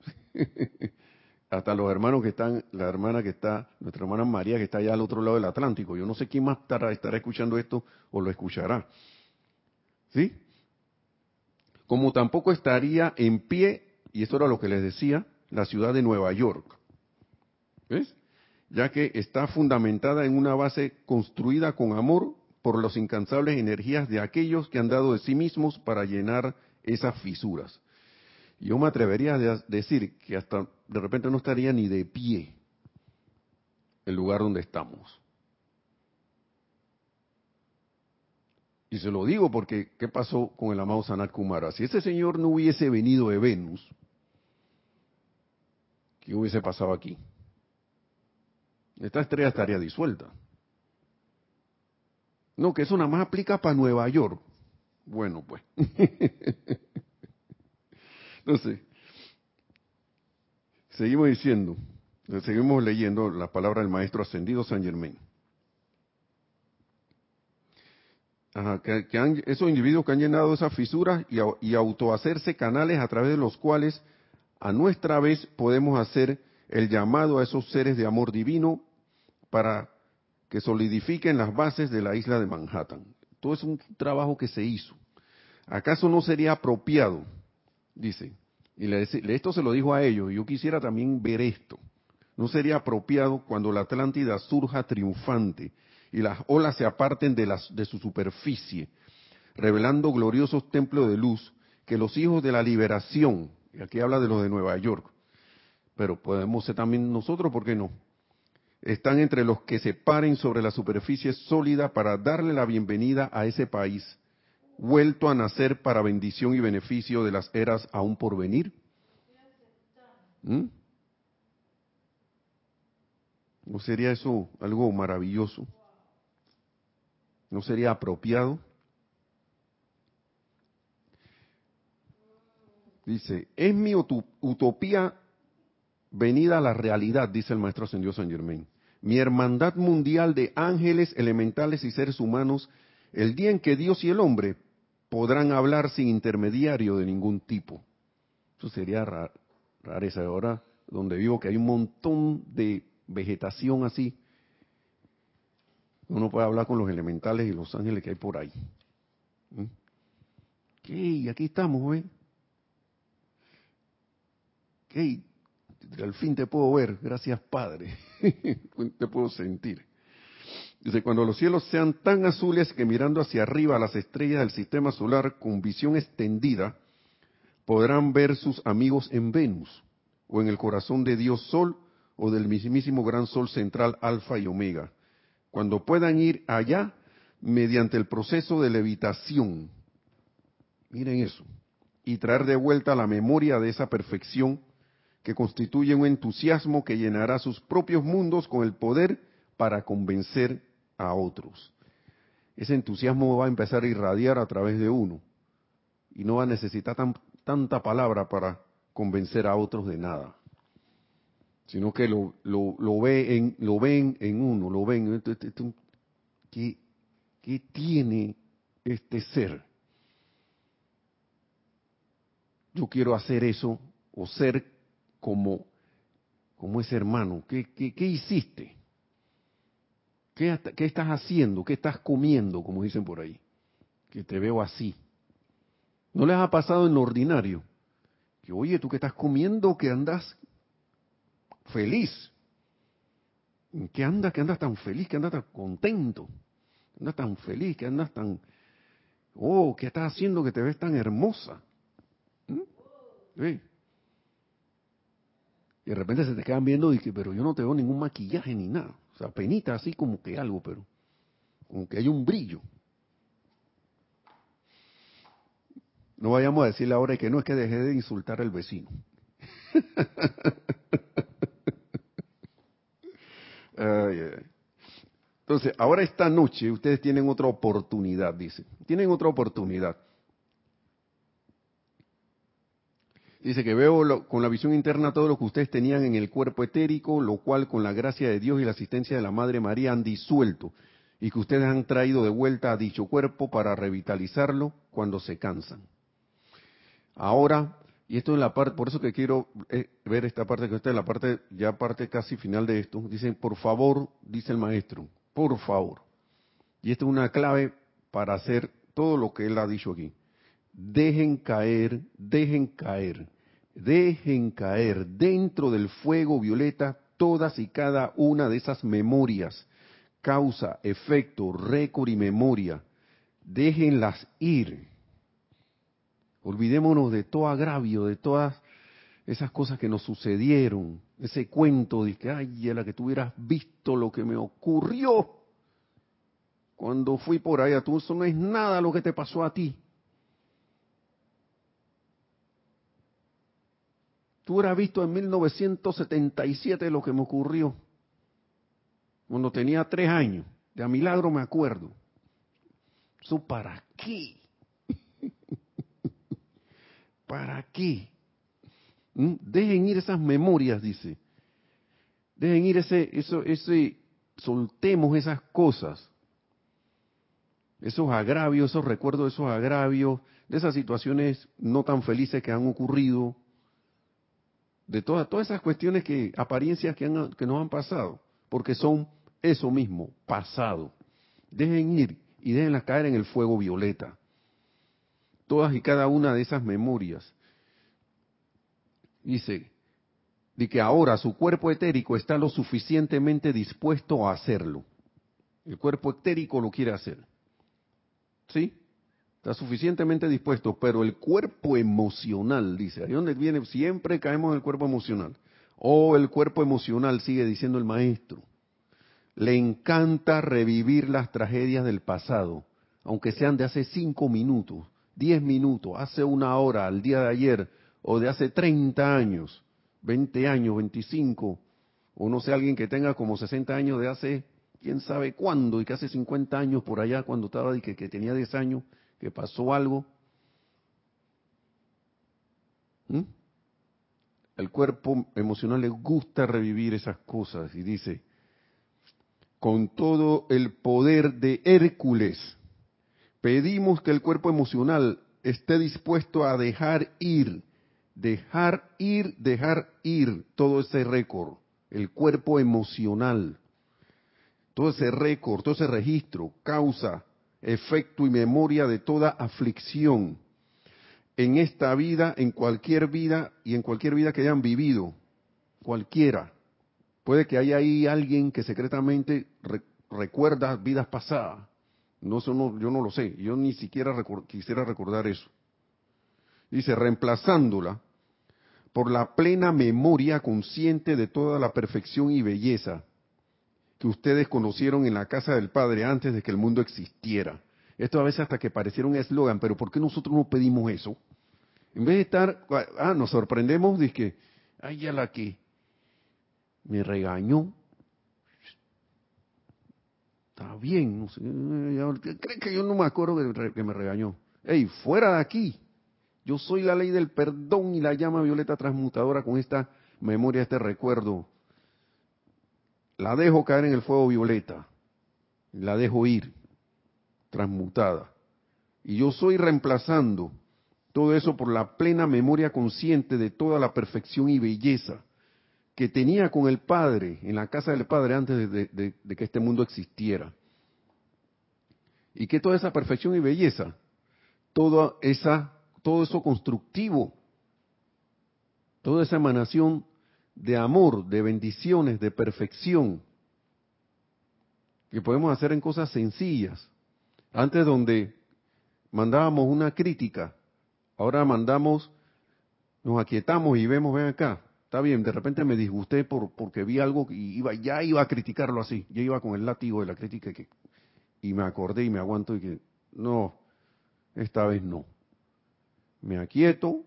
Hasta los hermanos que están, la hermana que está, nuestra hermana María que está allá al otro lado del Atlántico. Yo no sé quién más estará escuchando esto o lo escuchará. ¿Sí? Como tampoco estaría en pie, y esto era lo que les decía, la ciudad de Nueva York. ¿Ves? Ya que está fundamentada en una base construida con amor por las incansables energías de aquellos que han dado de sí mismos para llenar esas fisuras. Y yo me atrevería a decir que hasta de repente no estaría ni de pie el lugar donde estamos. Y se lo digo porque, ¿qué pasó con el amado Sanat Kumara? Si ese señor no hubiese venido de Venus, ¿qué hubiese pasado aquí? Esta estrella estaría disuelta. No, que eso nada más aplica para Nueva York. Bueno, pues. Entonces, seguimos diciendo, seguimos leyendo la palabra del Maestro Ascendido San Germain. Ajá, esos individuos que han llenado esas fisuras y autohacerse canales a través de los cuales a nuestra vez podemos hacer el llamado a esos seres de amor divino para que solidifiquen las bases de la isla de Manhattan. Todo es un trabajo que se hizo. ¿Acaso no sería apropiado? Dice, esto se lo dijo a ellos, y yo quisiera también ver esto. ¿No sería apropiado cuando la Atlántida surja triunfante y las olas se aparten de su superficie, revelando gloriosos templos de luz, que los hijos de la liberación, y aquí habla de los de Nueva York, pero podemos ser también nosotros, ¿por qué no? Están entre los que se paren sobre la superficie sólida para darle la bienvenida a ese país, vuelto a nacer para bendición y beneficio de las eras aún por venir. ¿Mm? ¿No sería eso algo maravilloso? ¿No sería apropiado? Dice, es mi utopía venida a la realidad, dice el maestro ascendido Saint Germain. Mi hermandad mundial de ángeles, elementales y seres humanos, el día en que Dios y el hombre podrán hablar sin intermediario de ningún tipo. Eso sería rareza. Ahora, donde vivo, que hay un montón de vegetación así, uno puede hablar con los elementales y los ángeles que hay por ahí. ¿Mm? ¿Qué? Aquí estamos, ¿ves? ¿Qué? Al fin te puedo ver, gracias Padre. Te puedo sentir. Dice, cuando los cielos sean tan azules que mirando hacia arriba a las estrellas del sistema solar con visión extendida, podrán ver sus amigos en Venus, o en el corazón de Dios Sol, o del mismísimo gran Sol central Alfa y Omega. Cuando puedan ir allá mediante el proceso de levitación, miren eso, y traer de vuelta la memoria de esa perfección que constituye un entusiasmo que llenará sus propios mundos con el poder para convencer a otros. Ese entusiasmo va a empezar a irradiar a través de uno y no va a necesitar tanta palabra para convencer a otros de nada, sino que lo ven en uno, lo ven. ¿Qué tiene este ser? Yo quiero hacer eso o ser como ese hermano. ¿Qué hiciste? ¿Qué estás haciendo? ¿Qué estás comiendo? Como dicen por ahí. Que te veo así. ¿No les ha pasado en lo ordinario? Que oye, tú que estás comiendo, que andas feliz. ¿Qué andas? Que andas tan feliz, que andas tan contento. Que andas tan feliz, que andas tan... Oh, ¿qué estás haciendo que te ves tan hermosa? ¿Mm? ¿Sí? Y de repente se te quedan viendo y que, pero yo no te veo ningún maquillaje ni nada. O sea, penita así como que algo, pero como que hay un brillo. No vayamos a decirle ahora que no es que dejé de insultar al vecino. Ay, ay. Entonces, ahora esta noche ustedes tienen otra oportunidad, dice. Tienen otra oportunidad. Dice que veo con la visión interna todo lo que ustedes tenían en el cuerpo etérico, lo cual con la gracia de Dios y la asistencia de la Madre María han disuelto y que ustedes han traído de vuelta a dicho cuerpo para revitalizarlo cuando se cansan. Ahora, y esto es la parte, por eso que quiero ver esta parte, que esta es la parte, ya parte casi final de esto, dicen, por favor, dice el maestro, por favor. Y esto es una clave para hacer todo lo que él ha dicho aquí. Dejen caer, dejen caer, dejen caer dentro del fuego violeta todas y cada una de esas memorias, causa, efecto, récord y memoria. Déjenlas ir. Olvidémonos de todo agravio, de todas esas cosas que nos sucedieron, ese cuento de que, ay, a la que tú hubieras visto lo que me ocurrió cuando fui por allá, tú, eso no es nada lo que te pasó a ti. Tú hubieras visto en 1977 lo que me ocurrió, cuando tenía 3 años, de a milagro me acuerdo. ¿Eso para qué? ¿Para qué? Dejen ir esas memorias, dice. Dejen ir soltemos esas cosas. Esos agravios, esos recuerdos de esos agravios, de esas situaciones no tan felices que han ocurrido, de todas esas cuestiones apariencias que nos han pasado, porque son eso mismo, pasado. Dejen ir y déjenlas caer en el fuego violeta. Todas y cada una de esas memorias. Dice, de que ahora su cuerpo etérico está lo suficientemente dispuesto a hacerlo. El cuerpo etérico lo quiere hacer. ¿Sí? Está suficientemente dispuesto, pero el cuerpo emocional, dice, ahí donde viene, siempre caemos en el cuerpo emocional. Oh, el cuerpo emocional, sigue diciendo el maestro, le encanta revivir las tragedias del pasado, aunque sean de hace 5 minutos, 10 minutos, hace 1 hora, al día de ayer, o de hace 30 años, 20 años, 25, o no sé, alguien que tenga como 60 años de hace quién sabe cuándo, y que hace 50 años por allá, cuando estaba, y que tenía 10 años, que pasó algo. ¿Mm? El cuerpo emocional le gusta revivir esas cosas, y dice, con todo el poder de Hércules, pedimos que el cuerpo emocional esté dispuesto a dejar ir todo ese récord, el cuerpo emocional, todo ese récord, todo ese registro, causa, efecto y memoria de toda aflicción en esta vida, en cualquier vida y en cualquier vida que hayan vivido, cualquiera. Puede que haya ahí alguien que secretamente recuerda vidas pasadas. No, eso no, yo no lo sé. Yo ni siquiera quisiera recordar eso. Dice, reemplazándola por la plena memoria consciente de toda la perfección y belleza que ustedes conocieron en la casa del Padre antes de que el mundo existiera. Esto a veces hasta que pareciera un eslogan, pero ¿por qué nosotros no pedimos eso? En vez de estar, nos sorprendemos de que, ay, ya la que me regañó, está bien, no sé, ¿cree que yo no me acuerdo que me regañó? ¡Ey, fuera de aquí! Yo soy la ley del perdón y la llama violeta transmutadora con esta memoria, este recuerdo. La dejo caer en el fuego violeta, la dejo ir, transmutada. Y yo soy reemplazando todo eso por la plena memoria consciente de toda la perfección y belleza que tenía con el Padre, en la casa del Padre antes de que este mundo existiera. Y que toda esa perfección y belleza, todo eso constructivo, toda esa emanación de amor, de bendiciones, de perfección, que podemos hacer en cosas sencillas. Antes donde mandábamos una crítica, ahora nos aquietamos y vemos, ven acá, está bien, de repente me disgusté porque vi algo y ya iba a criticarlo así, ya iba con el látigo de la crítica y me acordé y me aguanto y que no, esta vez no. Me aquieto,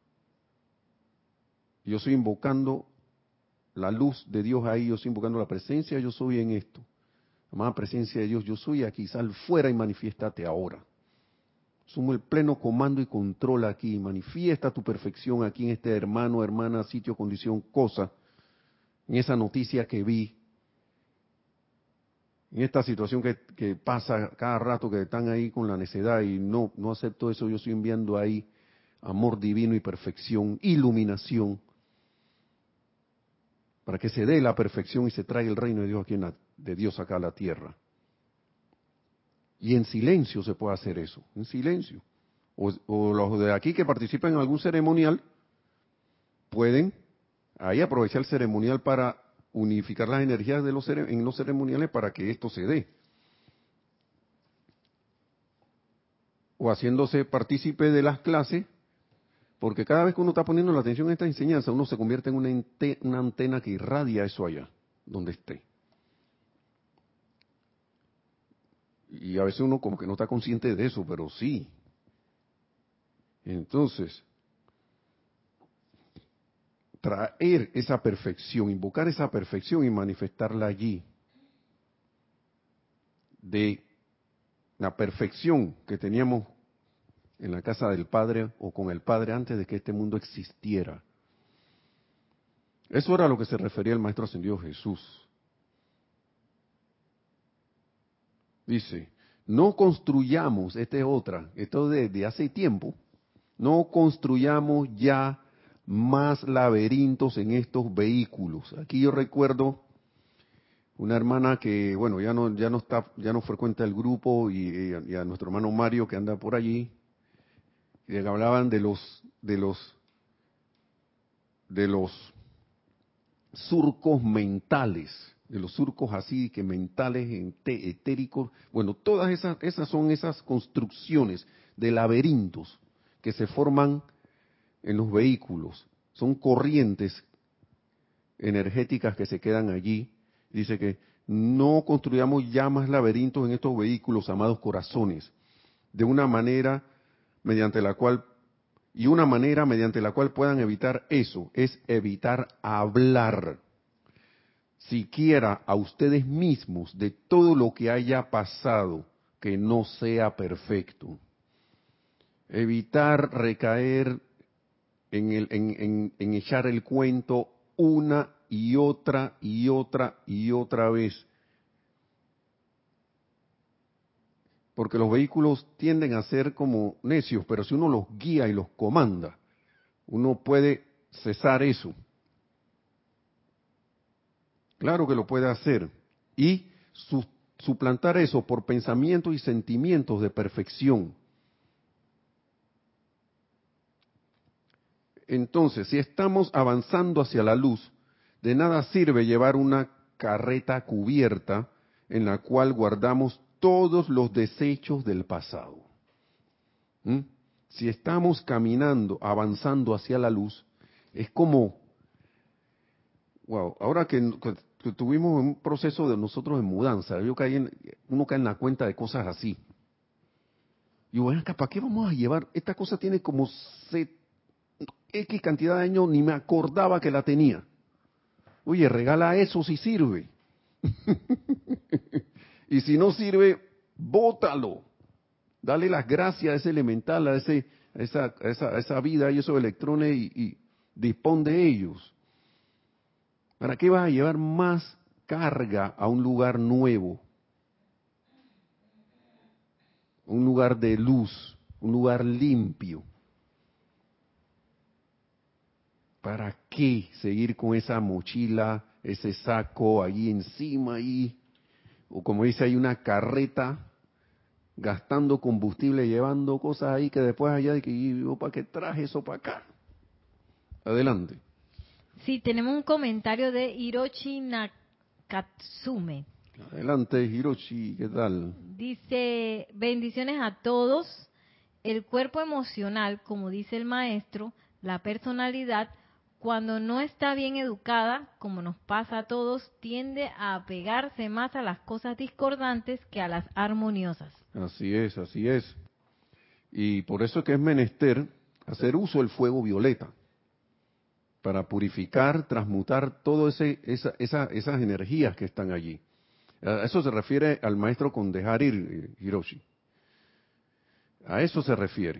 yo estoy invocando la luz de Dios ahí, yo estoy invocando la presencia, yo soy en esto. Amada presencia de Dios, yo soy aquí, sal fuera y manifiéstate ahora. Sumo el pleno comando y control aquí, manifiesta tu perfección aquí en este hermano, hermana, sitio, condición, cosa, en esa noticia que vi, en esta situación que pasa cada rato, que están ahí con la necedad y no acepto eso, yo estoy enviando ahí amor divino y perfección, iluminación, para que se dé la perfección y se traiga el reino de Dios aquí de Dios acá a la tierra. Y en silencio se puede hacer eso, en silencio. O los de aquí que participan en algún ceremonial pueden ahí aprovechar el ceremonial para unificar las energías en los ceremoniales para que esto se dé. O haciéndose partícipe de las clases, porque cada vez que uno está poniendo la atención a esta enseñanza, uno se convierte en una antena que irradia eso allá, donde esté. Y a veces uno como que no está consciente de eso, pero sí. Entonces, traer esa perfección, invocar esa perfección y manifestarla allí. De la perfección que teníamos en la casa del Padre o con el Padre antes de que este mundo existiera. Eso era a lo que se refería el Maestro Ascendido Jesús. Dice, no construyamos, esta es otra, esto de hace tiempo, no construyamos ya más laberintos en estos vehículos. Aquí yo recuerdo una hermana que, bueno, ya no frecuenta el grupo y a nuestro hermano Mario que anda por allí, y que hablaban de los surcos mentales, de los surcos así que mentales, etéricos. Bueno, todas esas son esas construcciones de laberintos que se forman en los vehículos. Son corrientes energéticas que se quedan allí. Dice que no construyamos ya más laberintos en estos vehículos, amados corazones, de una manera mediante la cual, y una manera mediante la cual puedan evitar eso, es evitar hablar siquiera a ustedes mismos de todo lo que haya pasado que no sea perfecto. Evitar recaer en echar el cuento una y otra y otra y otra vez. Porque los vehículos tienden a ser como necios, pero si uno los guía y los comanda, uno puede cesar eso. Claro que lo puede hacer. Y suplantar eso por pensamientos y sentimientos de perfección. Entonces, si estamos avanzando hacia la luz, de nada sirve llevar una carreta cubierta en la cual guardamos todos los desechos del pasado. ¿Mm? Si estamos caminando, avanzando hacia la luz, es como, wow, ahora que tuvimos un proceso de nosotros de mudanza, uno cae en la cuenta de cosas así. Y bueno, ¿para qué vamos a llevar? Esta cosa tiene como X cantidad de años, ni me acordaba que la tenía. Oye, regala eso si sirve. Y si no sirve, bótalo. Dale las gracias a ese elemental, a esa vida y esos electrones y dispón de ellos. ¿Para qué vas a llevar más carga a un lugar nuevo? Un lugar de luz, un lugar limpio. ¿Para qué seguir con esa mochila, ese saco ahí encima, ahí? O como dice, hay una carreta gastando combustible, llevando cosas ahí que después allá de que yo para qué traje eso para acá. Adelante. Sí, tenemos un comentario de Hiroshi Nakatsume. Adelante, Hiroshi, ¿qué tal? Dice, bendiciones a todos. El cuerpo emocional, como dice el maestro, la personalidad, cuando no está bien educada, como nos pasa a todos, tiende a apegarse más a las cosas discordantes que a las armoniosas. Así es, así es. Y por eso es que es menester hacer uso del fuego violeta, para purificar, transmutar todas esas energías que están allí. A eso se refiere al maestro con dejar ir, Hiroshi. A eso se refiere.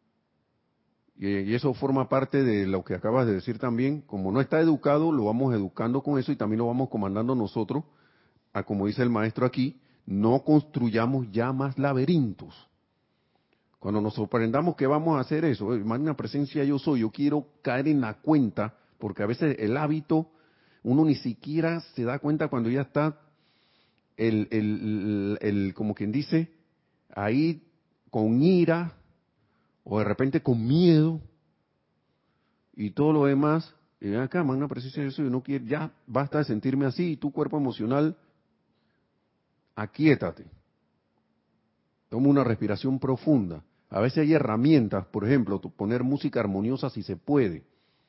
Y eso forma parte de lo que acabas de decir también. Como no está educado, lo vamos educando con eso y también lo vamos comandando nosotros a, como dice el maestro aquí, no construyamos ya más laberintos. Cuando nos sorprendamos que vamos a hacer eso, magna presencia yo soy, yo quiero caer en la cuenta, porque a veces el hábito, uno ni siquiera se da cuenta cuando ya está como quien dice, ahí con ira, o de repente con miedo, y todo lo demás, y ven acá, magna presencia yo soy, no quiere, ya basta de sentirme así, y tu cuerpo emocional, aquíétate. Toma una respiración profunda. A veces hay herramientas, por ejemplo, poner música armoniosa si se puede,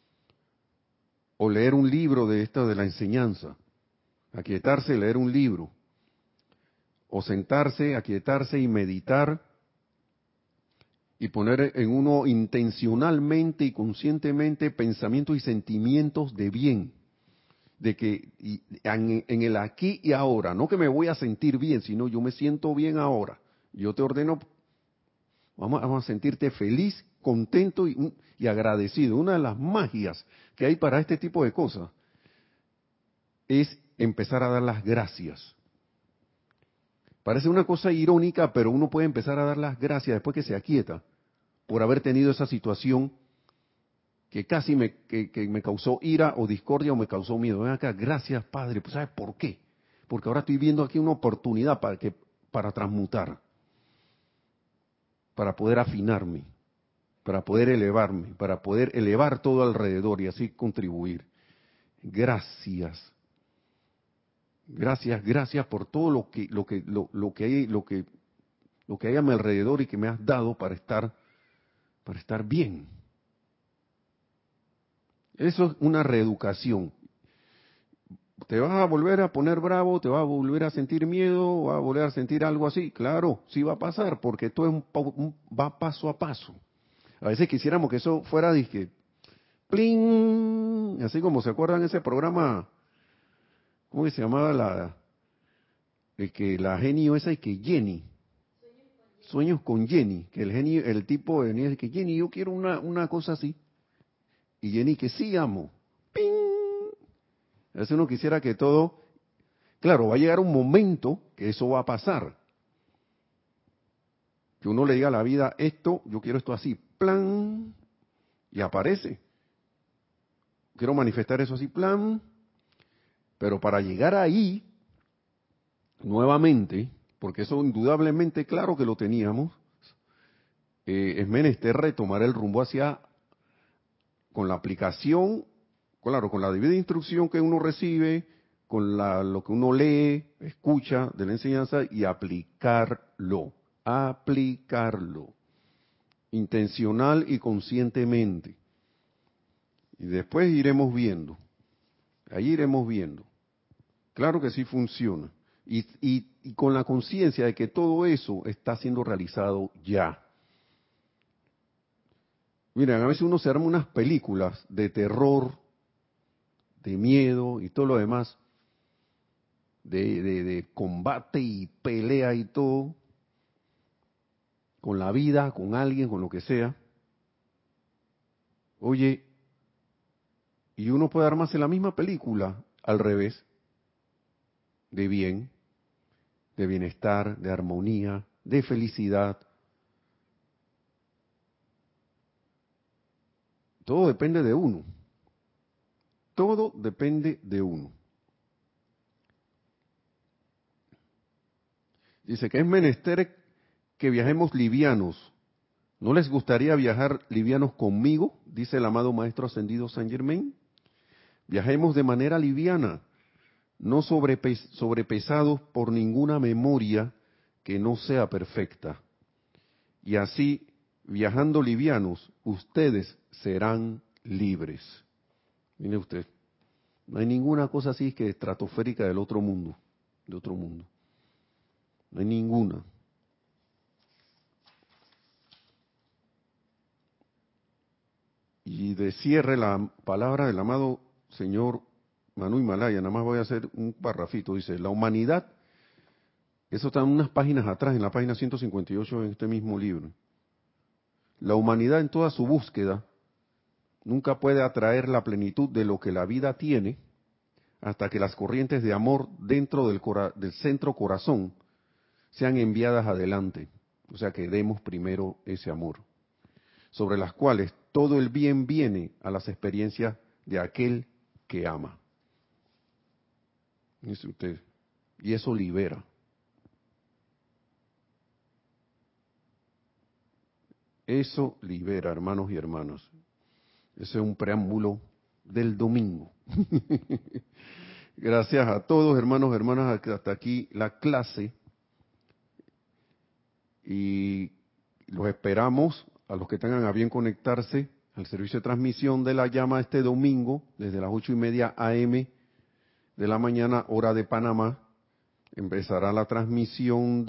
o leer un libro de la enseñanza, aquietarse, leer un libro, o sentarse, aquietarse y meditar, y poner en uno intencionalmente y conscientemente pensamientos y sentimientos de bien, de que en el aquí y ahora, no que me voy a sentir bien, sino yo me siento bien ahora. Yo te ordeno, vamos a sentirte feliz, contento y agradecido. Una de las magias que hay para este tipo de cosas es empezar a dar las gracias. Parece una cosa irónica, pero uno puede empezar a dar las gracias después que se aquieta por haber tenido esa situación que casi que me causó ira o discordia o me causó miedo. Ven acá, gracias Padre. Pues ¿sabes por qué? Porque ahora estoy viendo aquí una oportunidad para transmutar, para poder afinarme, para poder elevarme, para poder elevar todo alrededor y así contribuir. Gracias. Gracias, gracias por todo lo que hay a mi alrededor y que me has dado para estar bien. Eso es una reeducación. ¿Te vas a volver a poner bravo? ¿Te vas a volver a sentir miedo? ¿Vas a volver a sentir algo así? Claro, sí va a pasar, porque esto es va paso a paso. A veces quisiéramos que eso fuera disque, ¡plin! Así como se acuerdan ese programa, ¿cómo que se llamaba el que la genio esa y que Jenny? Sueños con Jenny, que el genio, el tipo venía y dice que Jenny, yo quiero una cosa así. Y Jenny que sí amo. ¡Ping! A veces uno quisiera que todo, claro, va a llegar un momento que eso va a pasar. Que uno le diga a la vida, esto, yo quiero esto así, plan, y aparece. Quiero manifestar eso así, plan, pero para llegar ahí, nuevamente, porque eso indudablemente, claro que lo teníamos, es menester retomar el rumbo hacia, con la aplicación, claro, con la debida instrucción que uno recibe, con lo que uno lee, escucha de la enseñanza y aplicarlo, intencional y conscientemente. Y después iremos viendo, ahí iremos viendo. Claro que sí funciona. Y con la conciencia de que todo eso está siendo realizado ya. Miren, a veces uno se arma unas películas de terror, de miedo y todo lo demás, de combate y pelea y todo, con la vida, con alguien, con lo que sea. Oye, y uno puede armarse la misma película al revés, de bien, de bienestar, de armonía, de felicidad. Todo depende de uno. Todo depende de uno. Dice que es menester que viajemos livianos. ¿No les gustaría viajar livianos conmigo? Dice el amado Maestro Ascendido Saint Germain. Viajemos de manera liviana, no sobrepesados por ninguna memoria que no sea perfecta. Y así, viajando livianos, ustedes serán libres. Mire usted, no hay ninguna cosa así que estratosférica del otro mundo, de otro mundo. No hay ninguna. Y de cierre la palabra del amado señor Manu Himalaya, nada más voy a hacer un parrafito, dice, la humanidad, eso está en unas páginas atrás, en la página 158 en este mismo libro. La humanidad en toda su búsqueda nunca puede atraer la plenitud de lo que la vida tiene hasta que las corrientes de amor dentro del centro corazón sean enviadas adelante. O sea que demos primero ese amor, sobre las cuales todo el bien viene a las experiencias de aquel que ama. Dice usted, y eso libera. Eso libera, hermanos y hermanas. Ese es un preámbulo del domingo. Gracias a todos, hermanos, hermanas, hasta aquí la clase. Y los esperamos, a los que tengan a bien conectarse al servicio de transmisión de la llama este domingo, desde las 8:30 a.m. de la mañana, hora de Panamá. Empezará la transmisión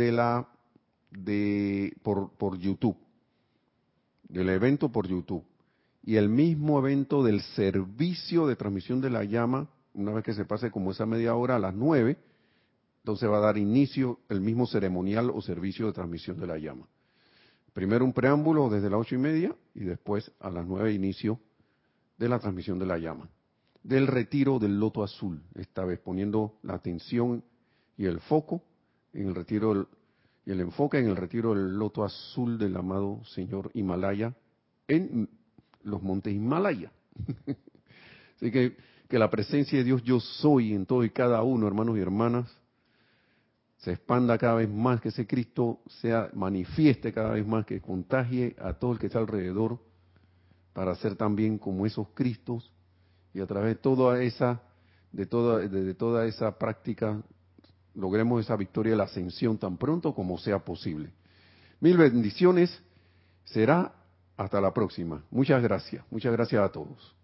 por YouTube, del evento por YouTube. Y el mismo evento del servicio de transmisión de la llama, una vez que se pase como esa media hora a las 9, entonces va a dar inicio el mismo ceremonial o servicio de transmisión de la llama. Primero un preámbulo desde las 8:30 y después a las 9 inicio de la transmisión de la llama. Del retiro del loto azul, esta vez poniendo la atención y el foco en el retiro y el enfoque en el retiro del loto azul del amado señor Himalaya en los montes Himalaya. Así que la presencia de Dios yo soy en todo y cada uno, hermanos y hermanas, se expanda cada vez más, que ese Cristo sea manifieste cada vez más, que contagie a todo el que está alrededor para ser también como esos Cristos y a través de toda esa práctica logremos esa victoria de la ascensión tan pronto como sea posible. Mil bendiciones. Será hasta la próxima. Muchas gracias a todos.